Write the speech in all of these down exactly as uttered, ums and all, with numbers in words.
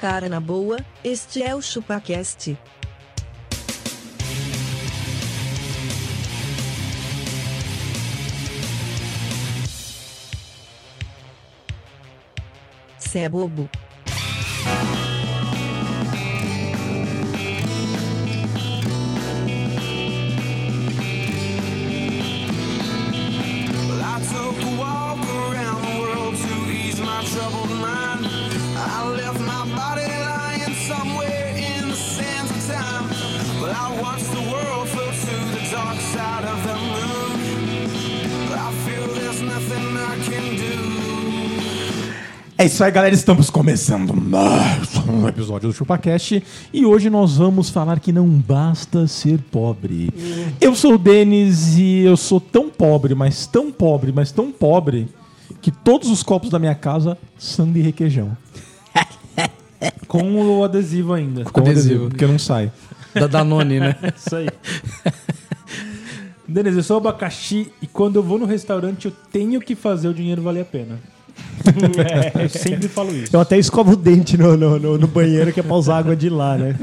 cara na boa, este é o ChupaCast. Cê é bobo. É isso aí, galera, estamos começando mais um episódio do ChupaCast e hoje nós vamos falar que não basta ser pobre. Eu sou o Denis e eu sou tão pobre, mas tão pobre, mas tão pobre que todos os copos da minha casa são de requeijão. Com o adesivo ainda. Com o adesivo, porque não sai. Da Danone, né? Isso aí. Denis, eu sou abacaxi e quando eu vou no restaurante eu tenho que fazer o dinheiro valer a pena. É, eu sempre falo isso. Eu até escovo o dente no, no, no, no banheiro que é pra usar água de lá, né?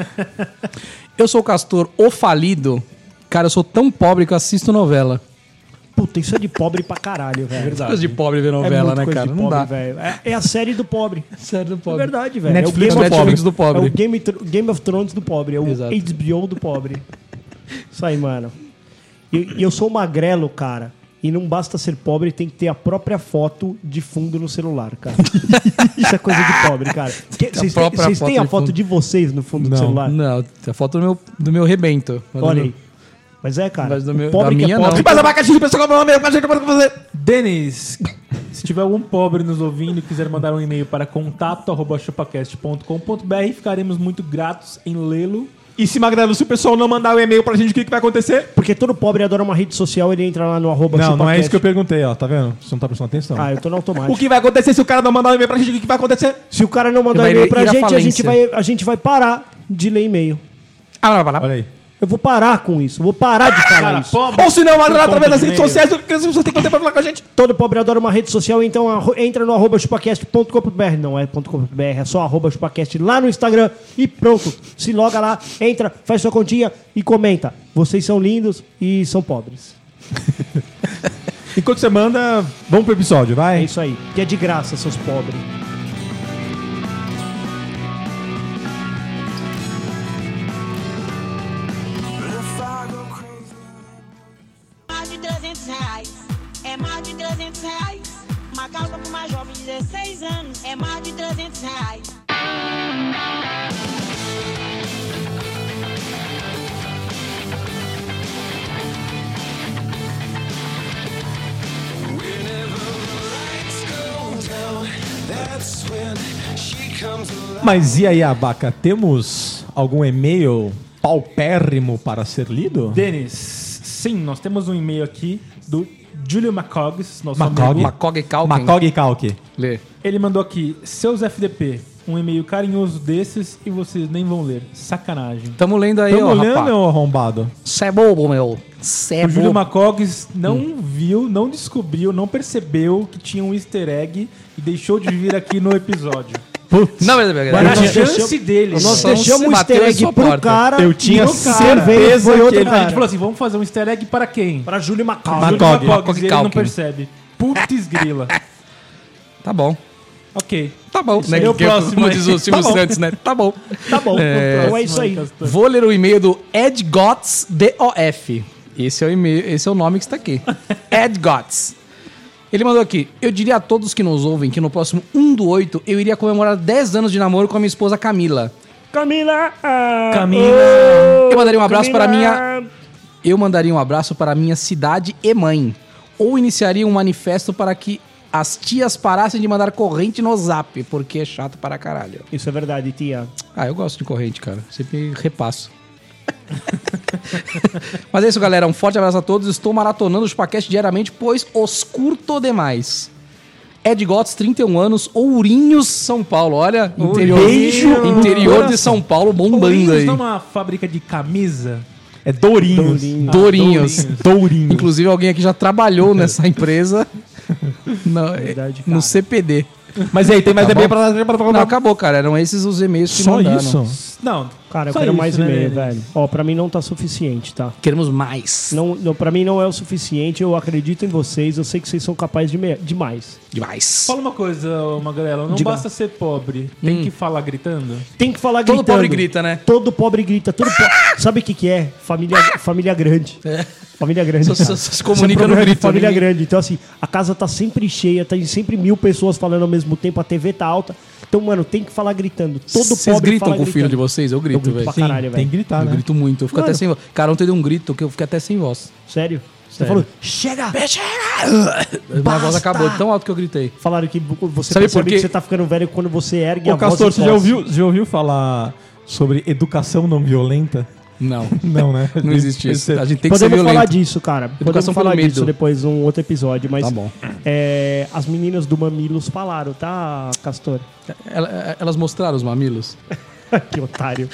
Eu sou o Castor, o falido. Cara, eu sou tão pobre que eu assisto novela. Puta, isso é de pobre pra caralho, velho. Verdade. Coisa de pobre ver novela, é né, coisa cara? De Não pobre, dá. velho. É, é a série do pobre. Série do pobre. É verdade, velho. Netflix é o Game, do of, pobre. do pobre. É o Game, Game of Thrones do pobre. É o Exato. H B O do pobre. Isso aí, mano. E, e eu sou magrelo, cara. E não basta ser pobre, tem que ter a própria foto de fundo no celular, cara. Isso é coisa de pobre, cara. Vocês têm, vocês têm a de foto fundo. de vocês no fundo Não. do celular? Não, a foto do meu, do meu rebento. Olha aí. Mas é, cara. Mas do meu- o pobre da que minha, é pobre. não. Mas abacaxi, o pessoal compra uma meia, mas a gente pode fazer. Denis, se tiver algum pobre nos ouvindo e quiser mandar um e-mail para contato arroba chupacast ponto com ponto b r, ficaremos muito gratos em lê-lo. E se magrelo, se o pessoal não mandar o e-mail pra gente, o que, que vai acontecer? Porque todo pobre adora uma rede social, ele entra lá no arroba Não, não é chupacast. isso que eu perguntei, ó, tá vendo? Você não tá prestando atenção. Ah, eu tô no automático. O que vai acontecer se o cara não mandar um e-mail pra gente? O que, que vai acontecer? Se o cara não mandar Vai e-mail pra ir à gente, a gente, falência. vai, a gente vai parar de ler e-mail. Ah, não, vai lá. Olha aí. Eu vou parar com isso. Eu vou parar de falar Cara, isso. pobre. Ou se não, magrelo através das de redes e-mail. sociais, o que você tem que ter pra falar com a gente? Todo pobre adora uma rede social, então arro- entra no arroba chupacast ponto com ponto b r. Não é .com.br, é só arroba chupacast lá no Instagram e pronto. Se loga lá, entra, faz sua continha e comenta. Vocês são lindos e são pobres. Enquanto você manda, vamos pro episódio, É vai? isso aí. Que é de graça, seus pobres. Mais de trezentos reais, é mais de trezentos reais. Uma calça para uma jovem de dezesseis anos, é mais de trezentos reais. Mas e aí, Abaca, temos algum e-mail paupérrimo para ser lido? Denis, sim, nós temos um e-mail aqui do Júlio Macogs, nosso Macog. amigo. Macog e Calkin. Macog e Calque. Lê. Ele mandou aqui, seus F D P, um e-mail carinhoso desses e vocês nem vão ler. Sacanagem. Tamo lendo aí, Tamo ó, olhando, rapaz. meu arrombado. Cê é bobo, meu. Cê é O Júlio bobo. Macogs não viu, não descobriu, não percebeu que tinha um easter egg e deixou de vir aqui no episódio. Putz. Não, mas Era Mas a nós chance deixamos- dele. Nós Só deixamos se um bateu easter em egg sua pro porta. cara. Eu tinha e o cara certeza veio, foi que outro ele- A gente cara. falou assim, vamos fazer um easter egg para quem? Pra Júlio Macau. Júlio Macog. Macogs, e ele não Calkin. percebe. Putz grila. Tá bom. Ok. Tá bom. Isso Né? aí é o Que- próximo Como aí. diz o Silvio Tá bom. Santos, né? Tá bom. Tá bom, É, então é isso aí. Vou ler o e-mail do Ed Gotts D O F. Esse é o e-mail, esse é o nome que está aqui. Ed Gotts. Ele mandou aqui: eu diria a todos que nos ouvem que no próximo um do oito eu iria comemorar dez anos de namoro com a minha esposa Camila. Camila. ah, Camila. oh, Eu mandaria um abraço Camila. para minha- Eu mandaria um abraço para a minha cidade e mãe. Ou iniciaria um manifesto para que as tias parassem de mandar corrente no zap, porque é chato para caralho. Isso é verdade, tia. Ah, eu gosto de corrente, cara. Sempre repasso. Mas é isso, galera. Um forte abraço a todos. Estou maratonando o ChupaCast diariamente, pois os curto demais. Ed Gotts, trinta e um anos, Ourinhos, São Paulo. Olha, interior, Beijo no interior de coração. São Paulo bombando Ourinhos aí. não é uma fábrica de camisa? É Dourinhos. Dourinhos. Dourinhos. Dourinhos. Inclusive, alguém aqui já trabalhou nessa empresa no, Verdade, no cara. C P D. Mas e aí, tem mais Tá e-mail bom? pra, pra, pra, Não, acabou, cara. Eram esses os e-mails que Só mandaram. isso? Não, Cara, eu só quero isso, mais né, e-mail, Denis? velho. Ó, pra mim não tá suficiente, tá? Queremos mais. Não, não, pra mim não é o suficiente, eu acredito em vocês, eu sei que vocês são capazes de, me... de mais. Demais. Fala uma coisa, ô, Magrela, não Diga. basta ser pobre, tem que falar gritando? Tem que falar Todo gritando. pobre grita, né? Todo pobre grita. Todo po... Sabe o que que é? Família, família grande. Família grande. Só- cara. só- só se comunica Isso é no problema de grito, Família ninguém- grande. Então, assim, a casa tá sempre cheia, tem sempre mil pessoas falando ao mesmo tempo, a T V tá alta. Então, mano, tem que falar gritando. Todo Vocês pobre gritam fala com o filho gritando. de vocês? Eu grito, Eu grito velho. pra Sim, caralho, tem velho. que gritar, Eu né? grito muito. Eu fico Mano. até sem voz. Cara, ontem deu um grito que eu fiquei até sem voz. Sério? Você Sério. falou, chega! Minha voz Basta! acabou de tão alto que eu gritei. Falaram que você Sabe percebe por quê? que você tá ficando velho quando você ergue a Ô, voz. Castor, e você já tosse. ouviu, já ouviu falar sobre educação não violenta? Não. Não, né? Não existe isso. A gente tem que Podemos ser violento. falar disso, cara. Podemos Educação falar pelo disso medo. depois num outro episódio. Mas Tá bom. é, as meninas do Mamilos falaram, tá, Castor? Ela- Elas mostraram os mamilos? Que otário.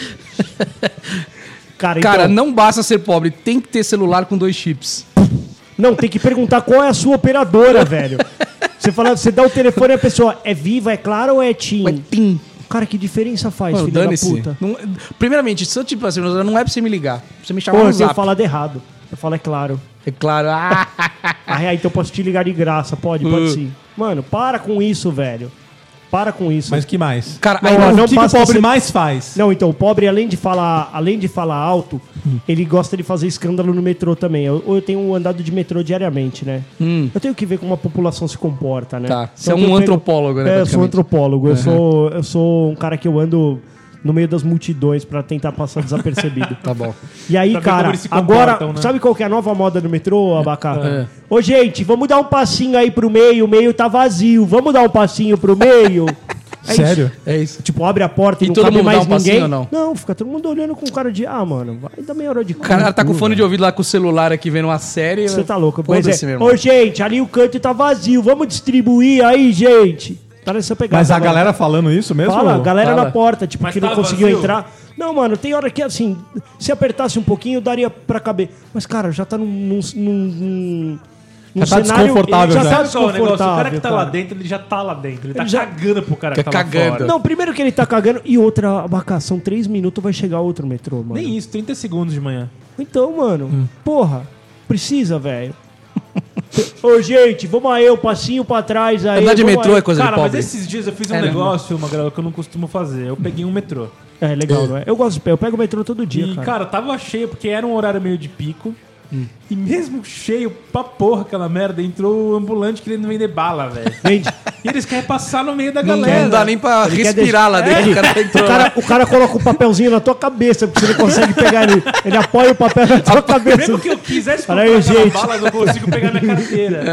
Cara, então, Cara, não basta ser pobre, tem que ter celular com dois chips. não, tem que perguntar qual é a sua operadora, velho. Você fala, você dá o telefone e a pessoa é Viva, é Claro ou é TIM? Ué, tim. Cara, que diferença faz, Mano, filho da dane-se. puta? Não- Primeiramente, se eu tipo assim, não é pra você me ligar. Pra você me chamar Pô, no eu tenho zap. falado errado. Eu falo, é claro. É claro. Ah, Ah, é, então eu posso te ligar de graça. Pode, pode Uh. sim. Mano, para com isso, velho. Para com isso. Mas que mais? cara, Não, aí ó, não, não o que, que o basta pobre ser- mais faz? Não, então, o pobre, além de falar, além de falar alto, ele gosta de fazer escândalo no metrô também. Eu, eu tenho andado de metrô diariamente, né? Hum. Eu tenho que ver como a população se comporta, né? Tá. Você é eu um pego- antropólogo, né, É, eu sou um praticamente. antropólogo. Eu, sou, eu sou um cara que eu ando no meio das multidões pra tentar passar desapercebido. Tá bom. E aí, Pra ver cara, como eles se agora, comportam, né? sabe qual que é a nova moda do metrô, Abacá? É. Ô, gente, vamos dar um passinho aí pro meio, o meio tá vazio. Vamos dar um passinho pro meio? É Sério? isso. É isso. Tipo, abre a porta e E não todo cabe mundo dá mais um passinho ninguém. ou não? Não, fica todo mundo olhando com cara de, ah, mano, vai dar meia hora de O cara tá com fone de ouvido lá com o celular aqui vendo uma série. Você tá louco. Pois Foda-se, é. meu irmão. Ô, gente, ali o canto tá vazio. Vamos distribuir aí, gente. Tá nessa pegada. Mas a agora. galera falando isso mesmo? Fala, a galera Fala. na porta, tipo, Mas que não tá conseguiu vazio? entrar. Não, mano, tem hora que, assim, se apertasse um pouquinho, daria pra caber. Mas, cara, já tá num... num, num, num Já tá desconfortável já. já. tá Sabe qual é o negócio? O cara que desconfortável, tá lá cara. dentro, ele já tá lá dentro. Ele tá Ele já- cagando pro cara que Tá tá lá cagando. fora. Não, primeiro que ele tá cagando e outra, Abacá, são três minutos, vai chegar outro metrô, mano. Nem isso, trinta segundos de manhã. Então, mano, Hum. porra, precisa, velho. Ô, gente, vamos aí, um passinho pra trás aí. Andar de vamos metrô aí. é coisa Cara, de mas pobre. esses dias eu fiz um É, né? negócio, Magrela, que eu não costumo fazer. Eu peguei um metrô. É, legal, não é? Eu gosto de pé, eu pego o metrô todo dia, E, cara. cara, tava cheio, porque era um horário meio de pico. E mesmo cheio pra porra aquela merda, entrou o ambulante querendo vender bala, velho. Vende. E eles querem passar no meio da Não, galera. não dá nem pra Ele quer respirar lá deixar- dentro. É, O cara tá O entrando. cara, o cara coloca um papelzinho na tua cabeça, porque você não consegue pegar ele. Ele apoia o papel na tua cabeça. Mesmo que eu quisesse Fala comprar aí, aquela gente. bala, eu não consigo pegar minha carteira.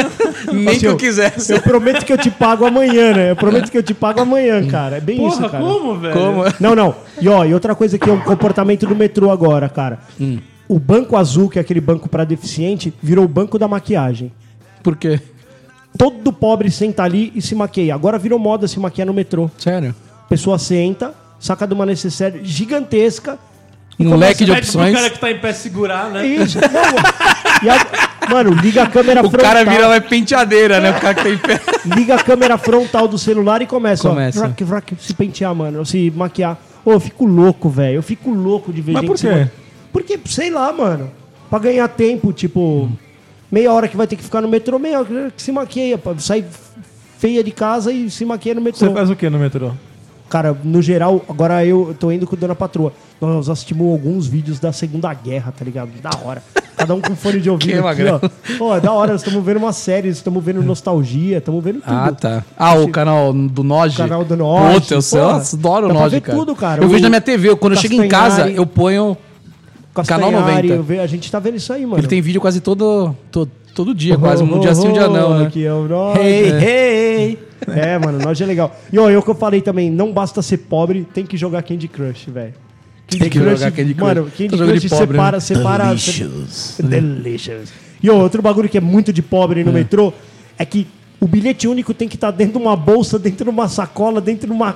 Nem Assim, que eu eu- quisesse. Eu prometo que eu te pago amanhã, né? Eu prometo que eu te pago amanhã, cara. É bem isso, Porra, cara. como, velho? Como? Não, não. E ó, e outra coisa que é um comportamento do metrô agora, cara. O banco azul, que é aquele banco pra deficiente, virou o banco da maquiagem. Por quê? Todo pobre senta ali e se maqueia. Agora virou moda se maquiar no metrô. Sério? A pessoa senta, saca de uma necessaire gigantesca. Um começa- leque de Pede pro opções. cara que tá em pé segurar, né? Isso, não. E a- mano, liga a câmera O frontal. cara vira uma penteadeira, né? O cara que tá em pé. Liga a câmera frontal do celular e começa, Começa. ó. Vrac, vrac, se pentear, mano. Se maquiar. Ô, eu fico louco, velho. Eu fico louco de ver Mas gente por se quê? ma- Porque, sei lá, mano. Pra ganhar tempo, tipo. Meia hora que vai ter que ficar no metrô, meia hora que se maqueia. Pra sair feia de casa e se maqueia no metrô. Você faz o que no metrô? Cara, no geral, agora eu tô indo com a Dona Patroa. Nós assistimos alguns vídeos da Segunda Guerra, tá ligado? Da hora. Cada um com fone de ouvido Que aqui, magrelo. ó. Ó, é da hora, nós estamos vendo uma série, estamos vendo nostalgia, estamos vendo tudo. Ah, tá. Ah, o canal do Noj. Canal do Noj. Puta, eu sei, Porra, nossa, adoro o dá pra Noj, ver cara. tudo, cara. Eu O vejo na minha T V, eu- quando eu chego em casa, Castanhari- eu ponho... Canal Castanhari, noventa. eu ve- a gente tá vendo isso aí, mano. Ele tem vídeo quase todo, todo, todo dia, quase. Um dia sim, um dia não, né? Aqui é o Noj. Hey, é. hey! É, mano, Noj é legal. E ó, eu que eu falei também, não basta ser pobre, tem que jogar Candy Crush, velho. Tem que jogar Candy Crush. Mano, Candy Tô jogando Crush de pobre, separa, né? separa... Delicious. Delicious. E ó, outro bagulho que é muito de pobre no metrô é que o bilhete único tem que estar dentro de uma bolsa, dentro de uma sacola, dentro de uma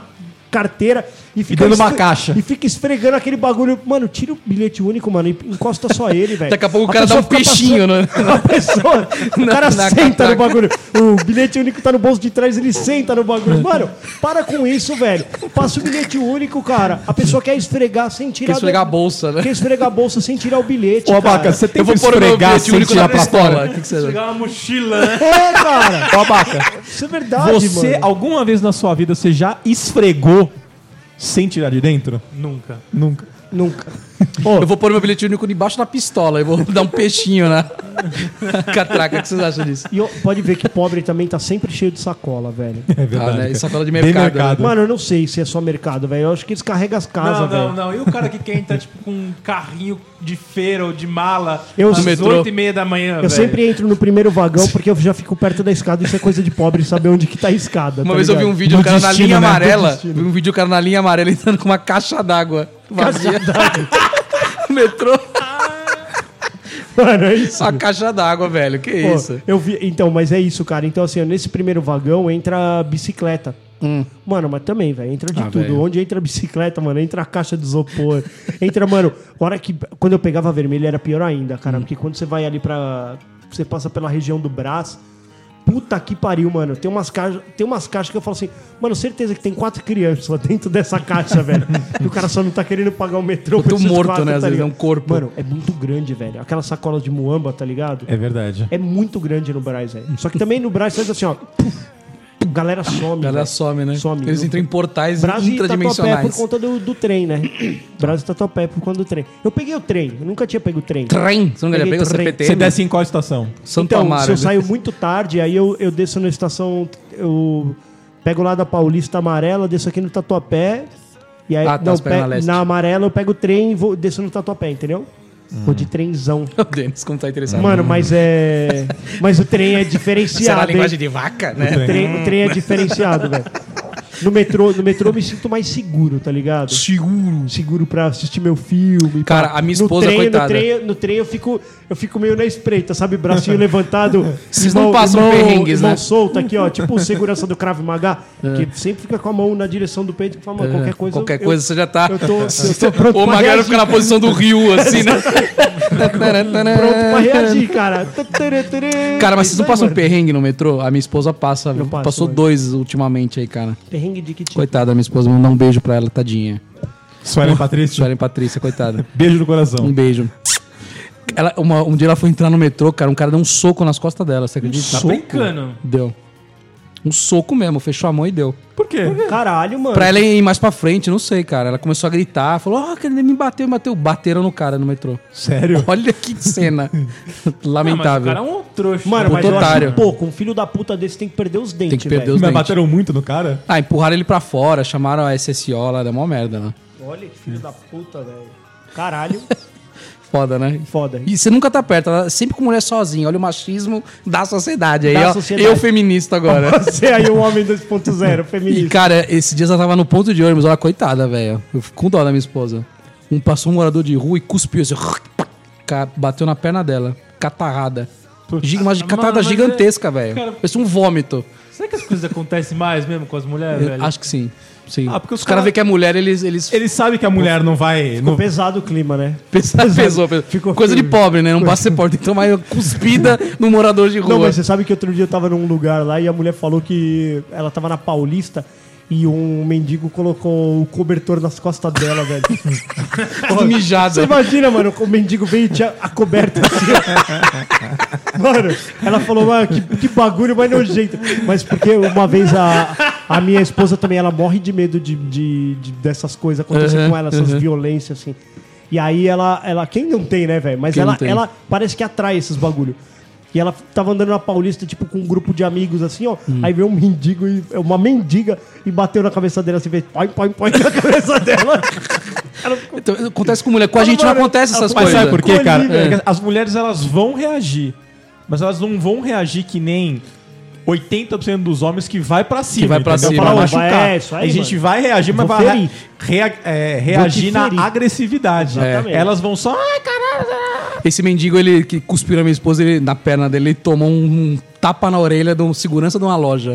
carteira e fica... dentro de uma esfre- caixa. E fica esfregando aquele bagulho. Mano, tira o bilhete único, mano, e encosta só ele, velho. Daqui a pouco o cara dá um pessoa fica peixinho, passando- né? A pessoa, o Na- cara na senta catraca. no bagulho. O bilhete único tá no bolso de trás, ele senta no bagulho. Mano, para com isso, velho. Passa o bilhete único, cara. A pessoa quer esfregar sem tirar... Quer esfregar a do- bolsa, né? Quer esfregar a bolsa sem tirar o bilhete, Ô, cara. Abaca, você tem Eu que vou pôr o meu esfregar bilhete sem único tirar na pra pistola. fora. O que, que você Pegar uma mochila, né? É, cara. Ô, Abaca, Isso é verdade, você, mano. alguma vez na sua vida, você já esfregou sem tirar de dentro? Nunca. Nunca. Nunca. Eu vou pôr meu bilhete único debaixo da pistola. Eu vou dar um peixinho na catraca. O que vocês acham disso? E ó, pode ver que pobre também tá sempre cheio de sacola, velho. É verdade. Ah, né? cara. E sacola de Bem mercado. mercado. né? Mano, eu não sei se é só mercado, velho. Eu acho que eles carregam as casas, Não, velho. não, não. E o cara que quer entrar, tipo, com um carrinho de feira ou de mala Eu- às No metrô. oito e meia da manhã, Eu velho. sempre entro no primeiro vagão porque eu já fico perto da escada. Isso é coisa de pobre saber onde que tá a escada. Uma tá vez eu vi ligado? um vídeo do Do cara na destino, linha né? Do amarela. destino. Vi um vídeo do cara na linha amarela entrando com uma caixa d'água vazia. No metrô. Mano, é isso. Uma caixa d'água, velho. Que Pô, isso? eu vi, então, mas é isso, cara. Então, assim, ó, nesse primeiro vagão entra a bicicleta. Hum. Mano, mas também, velho, entra de Ah, tudo. velho. Onde entra a bicicleta, mano, entra a caixa de isopor. Entra, mano, a hora que. Quando eu pegava vermelho era pior ainda, cara. Hum. Porque quando você vai ali pra. Você passa pela região do Brás. Puta que pariu, mano. Tem umas caixas, tem umas caixas que eu falo assim, mano, certeza que tem quatro crianças lá dentro dessa caixa, velho. E o cara só não tá querendo pagar o metrô Muito por esses morto, quatro, né? Às vezes ligado? é um corpo. Mano, é muito grande, velho. Aquela sacola de muamba, tá ligado? É verdade. É muito grande no Brás, velho. Só que também no Brás faz assim, ó. puf, galera some. A galera velho. some, né? Some. Eles entram em portais Brás e Tatuapé intradimensionais. por conta do, do trem, né? Brás e Tatuapé por conta do trem. Eu peguei o trem. Eu nunca tinha pego o trem. Trem. Você nunca já Peguei pegou o trem. C P T? Você desce em qual estação? Santo então, Amaro. se eu né? saio muito tarde, aí eu, eu desço na estação... Eu pego lá da Paulista Amarela, desço aqui no Tatuapé. E aí, Ah, tá, não, você pega pe- na leste. na Amarela eu pego o trem e vou, desço no Tatuapé, entendeu? Vou de trenzão. O Denis, como tá interessado. Mano, mas é... Mas o trem é diferenciado, Será a hein? linguagem de vaca, né? O trem, o trem é diferenciado, velho. No metrô, no metrô eu me sinto mais seguro, tá ligado? Seguro. Seguro pra assistir meu filme. Cara, pá. a minha No esposa, trem, coitada. No trem, no trem eu, fico, eu fico meio na espreita, sabe? Bracinho levantado. Vocês não passam mão, perrengues, mão né? solta aqui, ó. Tipo o segurança do Krav Maga, que sempre fica com a mão na direção do peito e fala, mano, qualquer coisa... Qualquer eu- coisa você já tá. Eu tô, eu tô pronto O pra Magaro reagir. fica na posição do rio, assim, né? Pronto pra reagir, cara. Cara, mas vocês não Isso aí, passam mano. perrengue no metrô? A minha esposa passa. Eu passo, Passou mano. dois ultimamente aí, cara. Perrengue de que tipo? Coitada, minha esposa, mandar um beijo pra ela, tadinha. Suelen Patrícia. Suelen Patrícia, coitada. Beijo no coração. Um beijo. Ela, uma- um dia ela foi entrar no metrô, cara, um cara deu um soco nas costas dela, você acredita? Tá brincando. Deu. Um soco mesmo, fechou a mão e deu. Por quê? Caralho, mano. Pra ela ir mais pra frente, não sei, cara. Ela começou a gritar, falou, ó, oh, ele me bateu, me bateu. Bateram no cara no metrô. Sério? Olha que cena. Não, mas o Lamentável. cara é um trouxa. Mano, mas Puto eu otário. acho pouco. Um filho da puta desse tem que perder os dentes, Tem que perder velho. os Mas dentes. bateram muito no cara? Ah, empurraram ele pra fora, chamaram a S S O lá, deu mó merda, né? Olha que filho da puta, velho. Caralho. Foda, né? Foda. E você nunca tá perto, ela sempre com mulher sozinha. Olha o machismo da sociedade aí, Da ó. sociedade. Eu feminista agora. Você aí, o homem dois ponto zero, E, feminista. cara, esses dias ela tava no ponto de ônibus, olha, coitada, velho. Eu fico com dó da minha esposa. Um passou um morador de rua e cuspiu assim, ca- bateu na perna dela. Catarrada. Gi- Uma Mano, catarrada mas é- gigantesca, velho. cara- Parece um vômito. Será que as coisas acontecem mais mesmo com as mulheres, Eu velho? acho que sim. Sim. Ah, porque os os caras cara- veem que é mulher, eles. eles... Ele sabe que a mulher não vai... Ficou Não... pesado o clima, né? Pesou, pesou, pesou. Ficou Coisa de firme. pobre, né? Não basta ser pobre, tem que tomar uma cuspida no morador de rua. Não, mas você sabe que outro dia eu tava num lugar lá e a mulher falou que ela tava na Paulista e um mendigo colocou o cobertor nas costas dela, velho. Tudo mijado. Você imagina, mano, o mendigo veio e tinha a coberta assim, ó. Mano, ela falou, mano, que, que bagulho mais nojento. Mas porque uma vez a, a minha esposa também, ela morre de medo de, de, de- dessas coisas acontecer Uhum, com ela, essas uhum. violências, assim. E aí ela, ela, quem não tem, né, velho? Mas Quem não ela, tem? ela parece que atrai esses bagulho. E ela tava andando na Paulista, tipo, com um grupo de amigos, assim, ó. Hum. Aí veio um mendigo, e, uma mendiga, e bateu na cabeça dela, assim, fez põe, põe, põe na cabeça dela. Ela ficou... Então, acontece com mulher. Com a gente não Mano, acontece essas Mas coisas. sabe por quê, Ficou cara? ali, velho. Porque as mulheres, elas vão reagir. Mas elas não vão reagir que nem oitenta por cento dos homens que vai pra cima. Que vai pra entendeu? cima, Pra né? machucar. Vai, é isso aí, a gente mano. vai reagir, mas Vou vai ferir. rea- é, reagir Vou te ferir. na agressividade. Exatamente. Elas vão só... Ai, caralho. Esse mendigo, ele que cuspiu na minha esposa, ele, na perna dele, ele tomou um, um tapa na orelha de um segurança de uma loja.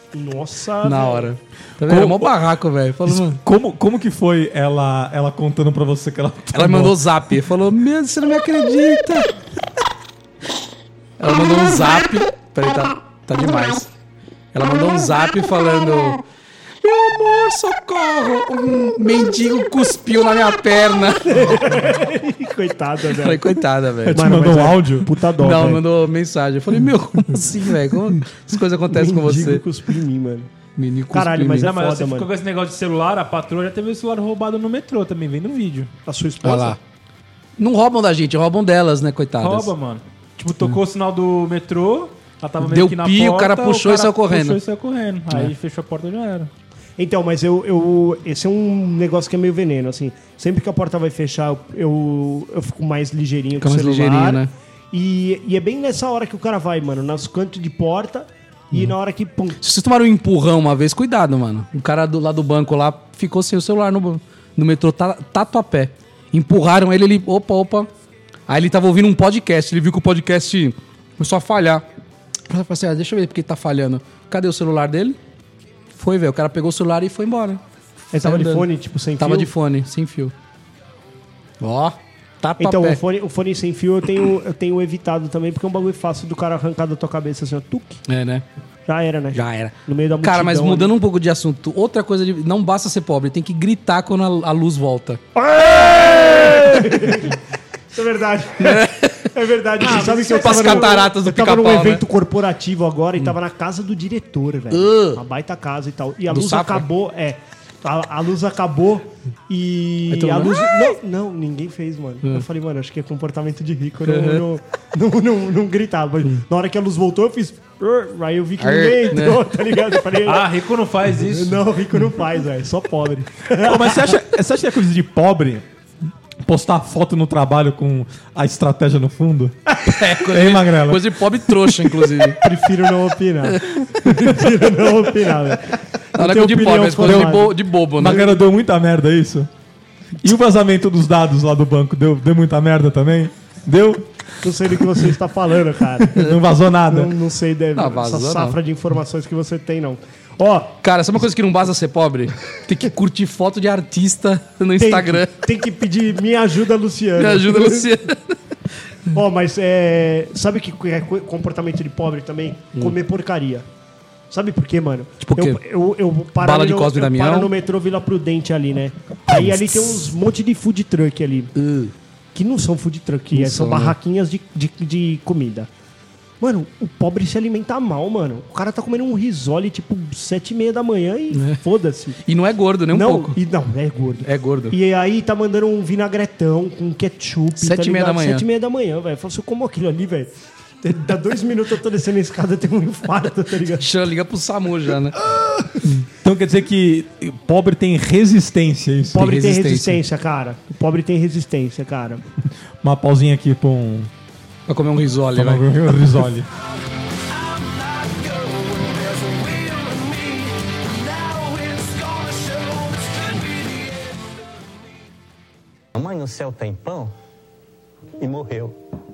Nossa, Na velho. hora. Tá vendo? É mó barraco, velho. Falou, mano. Como, como que foi ela, ela contando pra você que ela Ela mandou zap. Falou, meu, você não me acredita. Ela mandou um zap. Peraí, tá, tá demais. Ela mandou um zap falando: meu amor, socorro. Um mendigo cuspiu na minha perna. Coitada, Falei, velho. coitada, velho. te mandou mas um é áudio? Puta dó, Não, velho. mandou mensagem. Eu falei, meu, como assim, velho? Como as coisas acontecem com Mendigo você? cuspiu em mim, mano. Menino cuspiu Caralho, em mas mim. é Não, mas foda, você mano. ficou com esse negócio de celular, a patroa já teve o celular roubado no metrô também, vem no vídeo. A sua esposa? Olha lá. Não roubam da gente, roubam delas, né, coitadas? Rouba, mano. Tipo, tocou o sinal do metrô, ela tava meio Deu que na pio, o porta, cara puxou e saiu correndo. Puxou e saiu correndo. Aí fechou a porta e já era. Então, mas eu, eu. Esse é um negócio que é meio veneno, assim. Sempre que a porta vai fechar, eu, eu, eu fico mais ligeirinho Fica com o mais celular. ligeirinho, né? E, e é bem nessa hora que o cara vai, mano, nos cantos de porta e na hora que. Pum, Se vocês tomaram um empurrão uma vez, cuidado, mano. O cara do lado do banco lá ficou sem o celular no, no metrô tá, Tatuapé. Empurraram ele, ele. Opa, opa. Aí ele tava ouvindo um podcast, ele viu que o podcast começou a falhar. Eu falei assim, ah, deixa eu ver porque tá falhando. Cadê o celular dele? Foi, velho. O cara pegou o celular e foi embora. ele tava de andando. fone, tipo, sem Tava fio. de fone, sem fio. Ó, Tatuapé. Então, o fone, o fone sem fio eu tenho, eu tenho evitado também, porque é um bagulho fácil do cara arrancar da tua cabeça assim, ó, tuque. É, né? Já era, né? Já era. No meio da Cara, mas multidão mudando ali. um pouco de assunto, outra coisa de. Não basta ser pobre, tem que gritar quando a, a luz volta. Isso é verdade. É verdade. Você sabe que eu Pras tava, no, cataratas do eu tava num Pica-Pau, evento né? corporativo agora e tava na casa do diretor, velho. Uh. Uma baita casa e tal. E a Do luz Safra? acabou, é. A, a luz acabou e Aí todo a mundo, luz... Não, não, ninguém fez, mano. Eu falei, mano, acho que é comportamento de rico. Eu Uhum. não, não, não, não, não gritava. Mas na hora que a luz voltou, eu fiz... "Ur", aí eu vi que Ar, ninguém entrou, né? tá ligado? Eu falei... Ah, rico não faz isso. Não, rico não faz, velho. Só pobre. Pô, mas você acha, você acha que é coisa de pobre postar foto no trabalho com a estratégia no fundo? É, coisa, Hein, de, Magrela? coisa de pobre trouxa, inclusive. Prefiro não opinar. Prefiro não opinar, velho. Não é tenho coisa de opinião pobre, é coisa de, formada. bo, de bobo, né? Magrela deu muita merda isso? E o vazamento dos dados lá do banco deu, deu muita merda também? Deu? Não sei do que você está falando, cara. Não vazou nada? Não, não sei deve, Não, vazou, essa safra de informações que você tem, não. Ó, Cara, sabe uma coisa que não basta ser pobre? Tem que curtir foto de artista no tem, Instagram. tem que pedir me ajuda, Luciano. Me ajuda, Luciano. Ó, mas é, sabe que é co- comportamento de pobre também? Comer porcaria. Sabe por quê, mano? Hum. Tipo o eu, quê? eu, eu paro Bala ali de no, Cosme e eu Damião? paro no metrô Vila Prudente ali, né? Aí ali tem uns monte de food truck ali. Que não são food truck, Não é, são são, né? barraquinhas de, de, de comida. Mano, o pobre se alimenta mal, mano. O cara tá comendo um risole, tipo, sete e meia da manhã e foda-se. E não é gordo, nem um não, pouco. E, não, é gordo. É gordo. E aí tá mandando um vinagretão com ketchup. Sete tá e meia ligado? da manhã. Sete e meia da manhã, velho. Falei, se eu como aquilo ali, velho. Dá dois minutos eu tô descendo a escada, eu tenho um infarto, tá ligado? Deixa eu ligar pro SAMU já, né? Então quer dizer que pobre tem resistência, isso. O pobre tem resistência. resistência, cara. O pobre tem resistência, cara. Uma pausinha aqui pra um, Vai comer um risole, pra vai. um risole. Mamãe no céu tem pão? E morreu.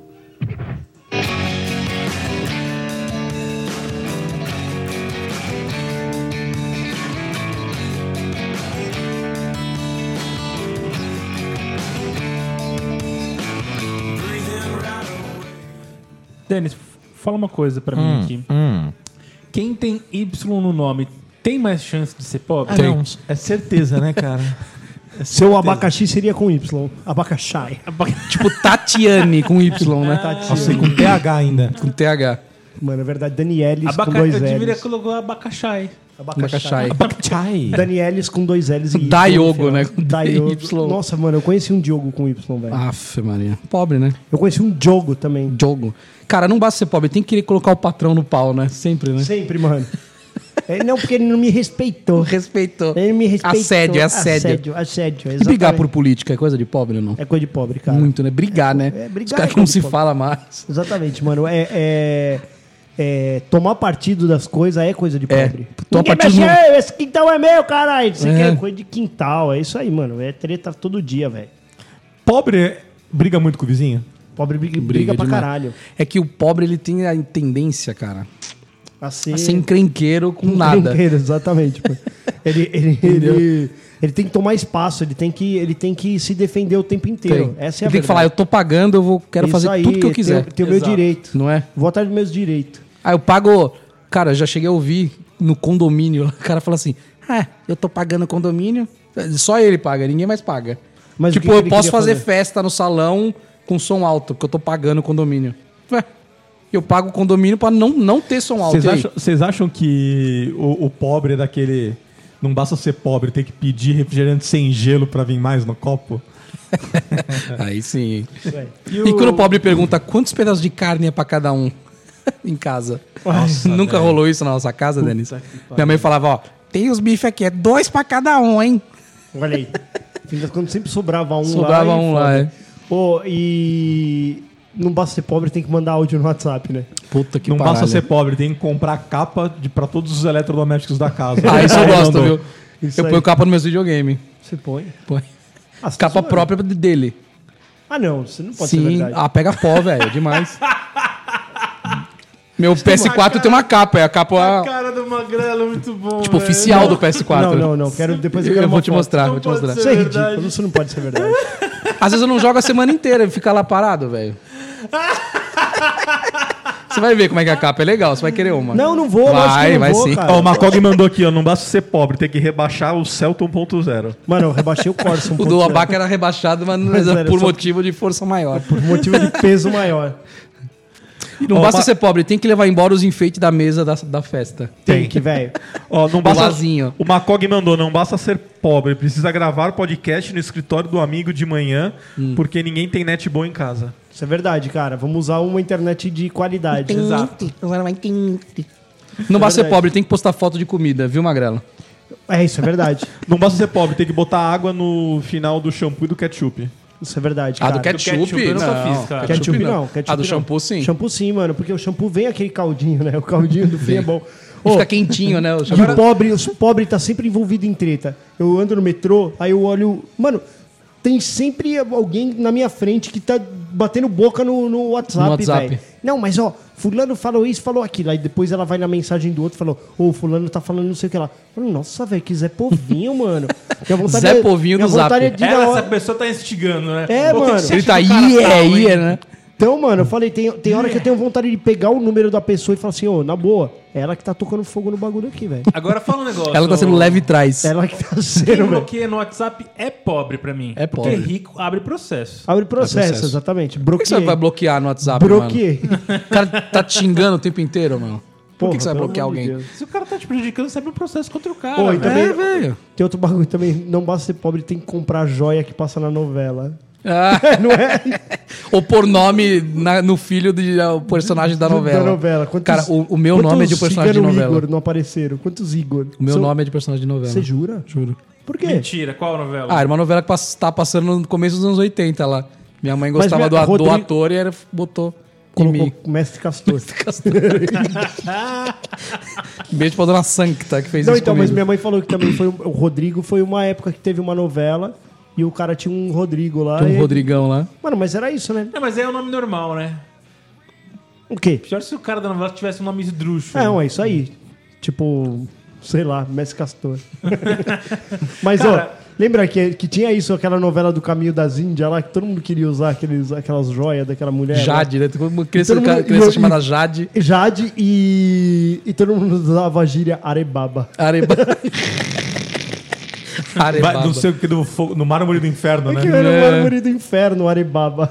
Denis, fala uma coisa pra mim aqui. Quem tem Y no nome tem mais chance de ser pobre? Ah, não, é certeza, né, cara? Seu abacaxi seria com Y. Abacaxai. Tipo Tatiane com Y, né? Nossa, e com T H ainda. Com T H. Mano, é verdade. Danielis Abaca... com dois Eu deveria L's. colocar abacaxai. Abacaxai. Abacachai. Danielis com dois L's e Y. Diogo, no final. né? Com Diogo. Y. Nossa, mano, eu conheci um Diogo com Y, velho. Aff, Maria. Pobre, né? Eu conheci um Diogo também. Jogo. Cara, não basta ser pobre, tem que querer colocar o patrão no pau, né? Sempre, né? Sempre, mano. É, não, porque ele não me respeitou. Respeitou. Ele me respeitou. Assédio, é assédio. Assédio, assédio, E exatamente. brigar por política é coisa de pobre ou não? É coisa de pobre, cara. Muito, né? Brigar, né? é, brigar Os caras é que não coisa de se pobre. fala mais. Exatamente, mano. É, é, é, tomar partido das coisas é coisa de É. pobre. Tomar Ninguém partido mexe, "Ei, esse quintal é meu, caralho. Isso aqui É. é coisa de quintal. É isso aí, mano. É treta todo dia, velho. Pobre briga muito com o vizinho? Pobre briga, briga pra demais. caralho. É que o pobre, ele tem a tendência, cara, A ser, A ser encrenqueiro com nada. Encrenqueiro, exatamente. Pô. Ele, ele, ele, ele tem que tomar espaço, ele tem que, ele tem que se defender o tempo inteiro. Tem. Essa é a Ele tem que falar, eu tô pagando, eu vou, quero Isso fazer aí, tudo que eu quiser. Tem, tem o meu Exato. direito. Não é? Vou atrás dos meus direitos. Ah, eu pago... Cara, eu já cheguei a ouvir no condomínio. O cara fala assim, ah, eu tô pagando condomínio. Só ele paga, ninguém mais paga. Mas o tipo, que que eu ele posso queria fazer, fazer? festa no salão com som alto, porque eu tô pagando o condomínio. Ué, eu pago o condomínio pra não, não ter som alto. Vocês E aí? acham, vocês acham que o, o pobre é daquele... Não basta ser pobre, tem que pedir refrigerante sem gelo pra vir mais no copo? Aí sim. E, E, o- quando o pobre pergunta quantos pedaços de carne é pra cada um em casa? Nunca rolou isso na nossa casa, Denis? Minha mãe falava, ó, tem os bifes aqui, é dois pra cada um, hein? Olha aí. Fica quando sempre sobrava um Sobrava lá. e um foda. lá, é. Pô, e não basta ser pobre, tem que mandar áudio no WhatsApp, né? Puta que Não paralho. basta ser pobre, tem que comprar capa de, pra todos os eletrodomésticos da casa. Ah, isso eu Aí gosto, mandou. viu? Isso eu aí. ponho capa nos meus videogames. Você põe. Põe. Ah, você Capa zoa? própria dele. Ah, não, você não pode ser Sim. verdade. Ah, pega pó, velho. É demais. Meu P S quatro tem uma capa. É a capa cara do Magrelo é muito bom. tipo, velho. oficial do P S quatro. Não, não, não. Quero, depois eu Eu, quero vou uma te foto. mostrar, Não vou te pode mostrar. ser. Isso é verdade. ridículo, isso não pode ser verdade. Às vezes eu não jogo a semana inteira, fica lá parado, velho. Você vai ver como é que a capa é legal, você vai querer uma. Não, não vou, lógico que Vai, eu não vai vou, sim. cara. Ó, o Macog mandou aqui, ó. Não basta ser pobre, tem que rebaixar o Celta um ponto zero. Mano, eu rebaixei o Corsa. um O ponto do zero. Abaca era rebaixado, mas, Mas mas era por só- motivo de força maior. Por motivo de peso maior. Não Ó, basta ma- ser pobre, tem que levar embora os enfeites da mesa da, da festa. Tem que, velho. Ó, não basta. vasinho. O Macog mandou, não basta ser pobre, precisa gravar podcast no escritório do amigo de manhã, Hum. porque ninguém tem net bom em casa. Isso é verdade, cara. Vamos usar uma internet de qualidade. Exato. Não basta ser verdade. pobre, tem que postar foto de comida, viu, Magrela? É, isso é verdade. Não basta ser pobre, tem que botar água no final do shampoo e do ketchup. Isso é verdade, Ah, cara. do ketchup? ketchup eu nunca não. fiz, cara. Ketchup não. Ketchup Ah, do não. shampoo sim. Shampoo sim, mano. Porque o shampoo vem aquele caldinho, né? O caldinho do fim é bom. E Ô, fica quentinho, né? O e shampoo. o pobre, o pobre tá sempre envolvido em treta. Eu ando no metrô, aí eu olho... Mano, tem sempre alguém na minha frente que tá batendo boca no, no WhatsApp, No WhatsApp. velho. Não, mas ó, fulano falou isso, falou aquilo. Aí depois ela vai na mensagem do outro e falou, ô, fulano tá falando não sei o que lá. Eu falo, nossa, velho, que Zé Povinho, mano. Minha vontade Zé é- Povinho minha do Zap. vontade é de na Ela, hora- essa pessoa tá instigando, né? É, Pô, o que mano. que você Ele acha tá do cara aí, é tal, aí, hein? né? Então, mano, eu falei, tem, tem hora que eu tenho vontade de pegar o número da pessoa e falar assim, ô, na boa, é ela que tá tocando fogo no bagulho aqui, velho. Agora fala um negócio. Ela tá sendo leve trás. É ela que tá Quem sendo, velho. bloqueia no WhatsApp é pobre pra mim. É Porque pobre. rico abre processo. Abre processo, processo. exatamente. Por que você Bloqueei. vai bloquear no WhatsApp, Bloqueei. mano? O cara tá te xingando o tempo inteiro, mano. Por Porra, que, que você vai pelo bloquear amor de alguém? Deus. Se o cara tá te prejudicando, você abre um processo contra o cara. Pô, e velho. também- É, velho. Tem outro bagulho também, não basta ser pobre, tem que comprar joia que passa na novela. Ah, Não é? ou pôr nome na- no filho do uh, personagem da novela. Da novela. Quantos- Cara, o, o meu quantos nome é de personagem de Cigano novela. Igor não apareceram? Quantos Igor? O meu São- nome é de personagem de novela. Você jura? Juro. Por quê? Mentira, qual novela? Ah, era uma novela que pass- tá passando no começo dos anos oitenta lá. Minha mãe Mas gostava minha- do, a- do Rodrigo- ator e era, botou em Colocou mim. Mestre Castor. Beijo pra dona Sancta que fez Não, isso então, comigo. mas minha mãe falou que também foi. O Rodrigo foi uma época que teve uma novela e o cara tinha um Rodrigo lá. Tem um e- Rodrigão lá. Mano, mas era isso, né? Não, mas aí é o nome normal, né? O quê? Pior se o cara da novela tivesse um nome esdrúxulo. Não, é isso aí. Tipo, sei lá, Mestre Castor. Mas, Cara- ó, lembra que, que tinha isso, aquela novela do Caminho das Índias lá, que todo mundo queria usar aqueles, aquelas joias daquela mulher? lá? Jade, né? Tem uma criança, todo mundo- criança e- chamada e- Jade. Jade e, e todo mundo usava a gíria Arebaba. Areba. Vai, Arebaba. não sei o que, do, fogo- no mármore do inferno, né? Que era o É. mármore do inferno, Arebaba.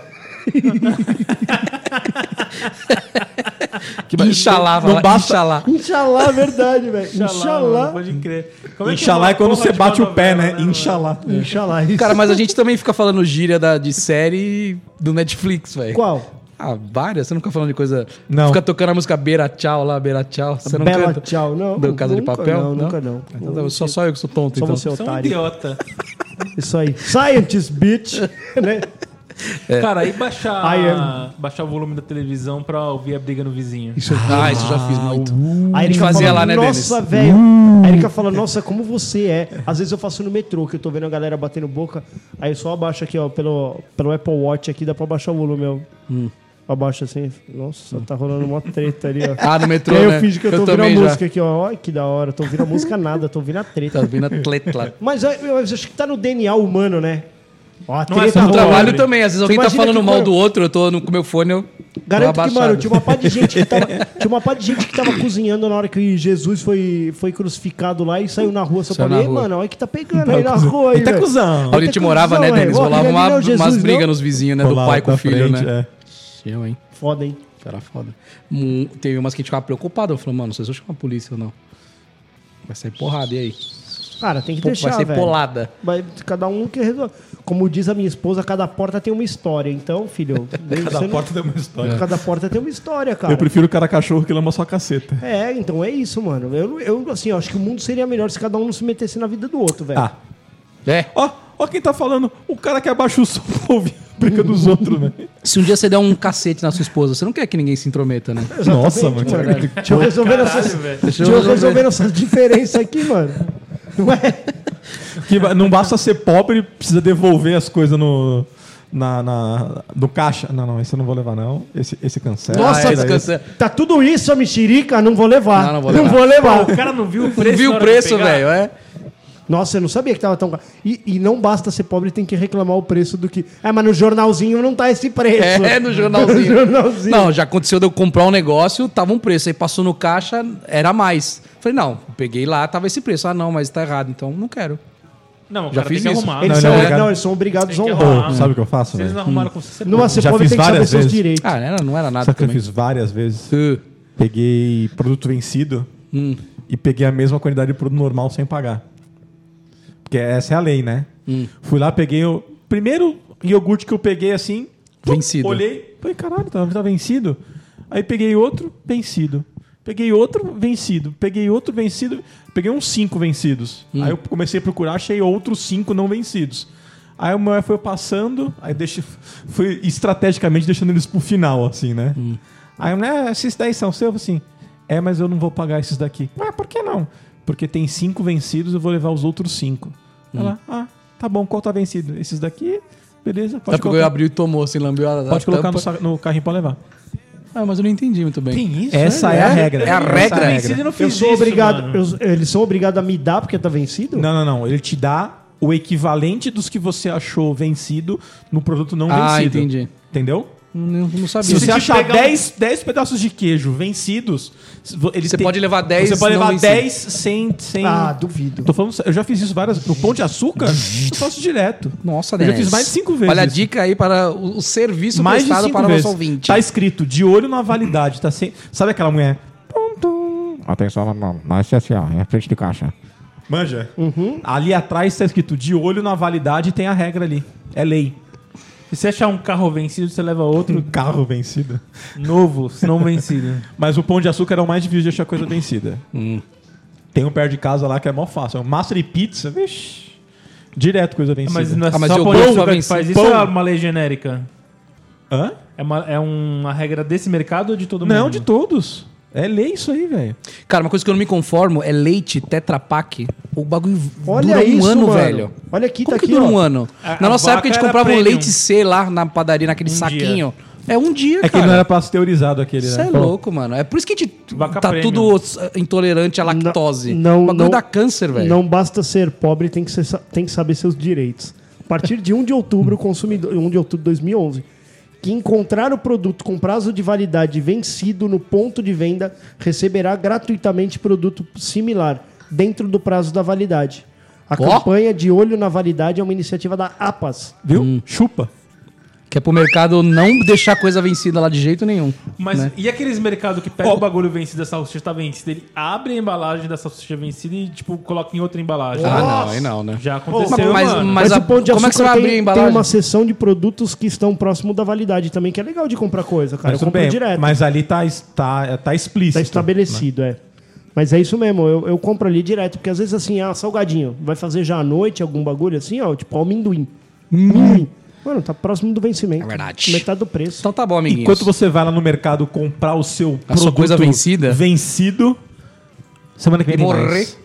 Inxalá, não fala, basta- Inxalá. Inxalá, verdade, velho. Inxalá, Inxalá. mano, pode crer. Como é que Inxalá é uma quando porra você de bate uma o pé, novela, né? mano? Inxalá. Inxalá. Isso. Cara, mas a gente também fica falando gíria da, de série do Netflix, velho. Qual? Ah, várias. Você nunca falando de coisa... Não. Fica tocando a música Beira Tchau lá, Beira Tchau. Você não Bela canta? tchau. Não, Do Casa de nunca Papel? Não, nunca não. Então, tá, só, só eu que sou tonto, Só então. você, Você é um otário. idiota. Isso aí. Scientist, bitch. né? Cara, e baixar, I am- baixar o volume da televisão pra ouvir a briga no vizinho? Isso Ah, isso eu já fiz muito. A Erika fazia fala, lá, né, nossa, Denis? velho. A Erika fala, nossa, como você é. Às vezes eu faço no metrô, que eu tô vendo a galera batendo boca. Aí eu só abaixo aqui, ó, pelo, pelo Apple Watch aqui, dá pra baixar o volume. Ó. Abaixa assim. Nossa, tá rolando uma treta ali, ó. Ah, no metrô, E aí né? eu fingi que eu tô Eu ouvindo a também já. música aqui, ó. Olha que da hora. Tô ouvindo a música nada, tô ouvindo a treta. Tá vindo atleta lá. Mas eu, eu acho que tá no D N A humano, né? Ó, a Não é treta só no No rola. trabalho também, às vezes alguém tá imagina falando que mal quando- do outro, eu tô no, com meu fone, eu Garanto tô que, abaixado. mano, tinha uma pá de gente que tava, tinha uma pá de gente que tava cozinhando na hora que Jesus foi, foi crucificado lá e saiu na rua. Só Saiu falei, na "Ei, rua. mano, olha que tá pegando aí na rua aí, Eita, velho." cuzão. Onde a gente morava, né, cuzão, Denis? é. Ó, Rolava aquele uma, ali não é o Jesus, umas brigas não? nos vizinhos, né? Do Rolava pai com o pra filho, frente, né? é. Eu, hein? Foda, hein? Era foda. Hum, Teve umas que a gente ficava preocupado. Eu falei, mano, não sei se eu chamo a polícia ou não. Vai sair porrada, e aí? Cara, tem que Pô, deixar, vai ser velho. polada. Vai, cada um que resolve. Como diz a minha esposa, cada porta tem uma história. Então, filho, Cada você não- porta tem uma história. cada porta tem uma história, cara. Eu prefiro o cara cachorro que lama sua caceta. É, então é isso, mano. Eu, eu assim, eu acho que o mundo seria melhor se cada um não se metesse na vida do outro, velho. Ah, É. ó, ó quem tá falando. O cara que abaixa o som pra ouvir a briga dos outros, né? Se um dia você der um cacete na sua esposa, você não quer que ninguém se intrometa, né? Nossa, mano. Deixa eu resolver essas, deixa eu resolver essas diferenças aqui, mano. Não é? Que va- não basta ser pobre, precisa devolver as coisas no, na, na- no caixa. Não, não, esse eu não vou levar, não. Esse, esse cancela. Nossa, esse, esse cancela. Tá tudo isso, a mexerica, não vou levar. Não, não vou levar. vou levar. O cara não viu o Não preço. viu na o hora de preço, pegar? velho, é? Nossa, eu não sabia que tava tão caro. E, e não basta ser pobre, tem que reclamar o preço do que. É, mas no jornalzinho não tá esse preço. É, no jornalzinho. No jornalzinho. Não, já aconteceu de eu comprar um negócio, tava um preço. Aí passou no caixa, era mais. Falei, não, peguei lá, tava esse preço. Ah, não, mas tá errado, então não quero. Não, o Já cara fiz tem que isso. arrumar. Eles Não, são, não, não, cara. eles são obrigados a Tem que honrar. arrumar. Pô, sabe o que eu faço, Se eles velho? não arrumaram com você, Numa ser Já pobre fiz tem que saber várias seus vezes. direitos. Ah, não era, não era nada Sabe o que eu também. fiz várias vezes? Uh, Peguei produto vencido hum, e peguei a mesma quantidade de produto normal sem pagar. Porque essa é a lei, né? Hum. Fui lá, peguei o primeiro iogurte que eu peguei assim. pum, Vencido. Olhei, falei, caralho, tá, tá vencido. Aí peguei outro, vencido. Peguei outro, vencido. Peguei outro, vencido. Peguei uns cinco vencidos. Hum. Aí eu comecei a procurar, achei outros cinco não vencidos. Aí o meu foi passando, aí deixei, fui estrategicamente deixando eles pro final, assim, né? Hum. Aí eu, né, esses daí são seus, assim. É, mas eu não vou pagar esses daqui. Ah, por que não? Porque tem cinco vencidos, eu vou levar os outros cinco. Hum. Ela, ah, tá bom, qual tá vencido? Esses daqui, beleza, Só pode pegou e colocar, abriu e tomou, assim, lambeu a, a pode colocar no, tampa. sa- no carrinho pra levar. Ah, mas eu não entendi muito bem. Tem isso? Essa né? é a regra. É a Essa regra? Vencido eu não Eu fiz sou isso, obrigado. mano. eu- eles são obrigados a me dar porque tá vencido? Não, não, não. Ele te dá o equivalente dos que você achou vencido no produto não Ah, vencido. entendi. Entendeu? Não, não sabia. Se você te achar pegar um- dez, dez pedaços de queijo vencidos, ele Você tem- pode levar dez Você pode não levar vencidos. dez sem. sem... Ah, duvido. Tô falando, sério, eu já fiz isso várias. No Pão de Açúcar, eu faço direto. Nossa, Eu já Denis. fiz mais de cinco vezes. Olha a isso. dica aí para o, o serviço Mais de prestado cinco para o vezes. nosso ouvinte. Tá escrito de olho na validade. Tá sem... Sabe aquela mulher? Tum, tum. Atenção, não, não, esse é assim, ó, é frente de caixa. Manja? Ali atrás tá escrito de olho na validade e tem a regra ali. É lei. Se você achar um carro vencido, você leva outro Um carro vencido. novo, se não vencido. Mas o Pão de Açúcar é o mais difícil de achar coisa vencida. Tem um perto de casa lá que é mó fácil. É um massa de pizza, vixi. Direto coisa vencida. Mas não é Ah, mas só eu Pão de gosto Açúcar pra que faz isso Pão. ou é uma lei genérica? Hã? É uma, é uma regra desse mercado ou de todo mundo? Não, de todos. É lei isso aí, velho. Cara, uma coisa que eu não me conformo é leite Tetra Pak. O bagulho Olha dura um isso, ano, mano. velho. Olha aqui, Como tá que aqui, dura ó. um ano? A- Na a nossa época a gente vaca era comprava um premium. leite C lá na padaria, naquele Um saquinho. É um dia, É que cara. não era pasteurizado aquele, Isso né? é louco, mano. É por isso que a gente Vaca tá premium. tudo uh, intolerante à lactose. Não, o bagulho não- dá câncer, velho. Não basta ser pobre, tem que, ser- tem que saber seus direitos. A partir de um de outubro, o consumidor, um de outubro de dois mil e onze, que encontrar o produto com prazo de validade vencido no ponto de venda receberá gratuitamente produto similar dentro do prazo da validade. A Ó. campanha de olho na validade é uma iniciativa da APAS. Viu? Chupa. Que é pro mercado não deixar coisa vencida lá de jeito nenhum. Mas né? e aqueles mercados que pegam Ó. o bagulho vencido, a salsicha tá vencida, ele abre a embalagem da salsicha vencida e, tipo, coloca em outra embalagem. Ah, não, aí não, né? Já aconteceu, Mas- mano. mas- a- o Pão de como é que você Açúcar vai abrir a tem, embalagem? tem uma seção de produtos que estão próximo da validade também, que é legal de comprar coisa, cara. Mas Eu tudo compro bem, direto. mas ali tá, tá, tá explícito. Tá estabelecido, é. Mas é isso mesmo, eu, eu compro ali direto, porque às vezes assim, ah, salgadinho, vai fazer já à noite algum bagulho assim, ó, tipo amendoim. Amendoim. Mano, tá próximo do vencimento. É verdade. Metade do preço. Então tá bom, amiguinhos. Enquanto você vai lá no mercado comprar o seu A sua coisa vencida. vencido, semana que vem tem Morrer. mais.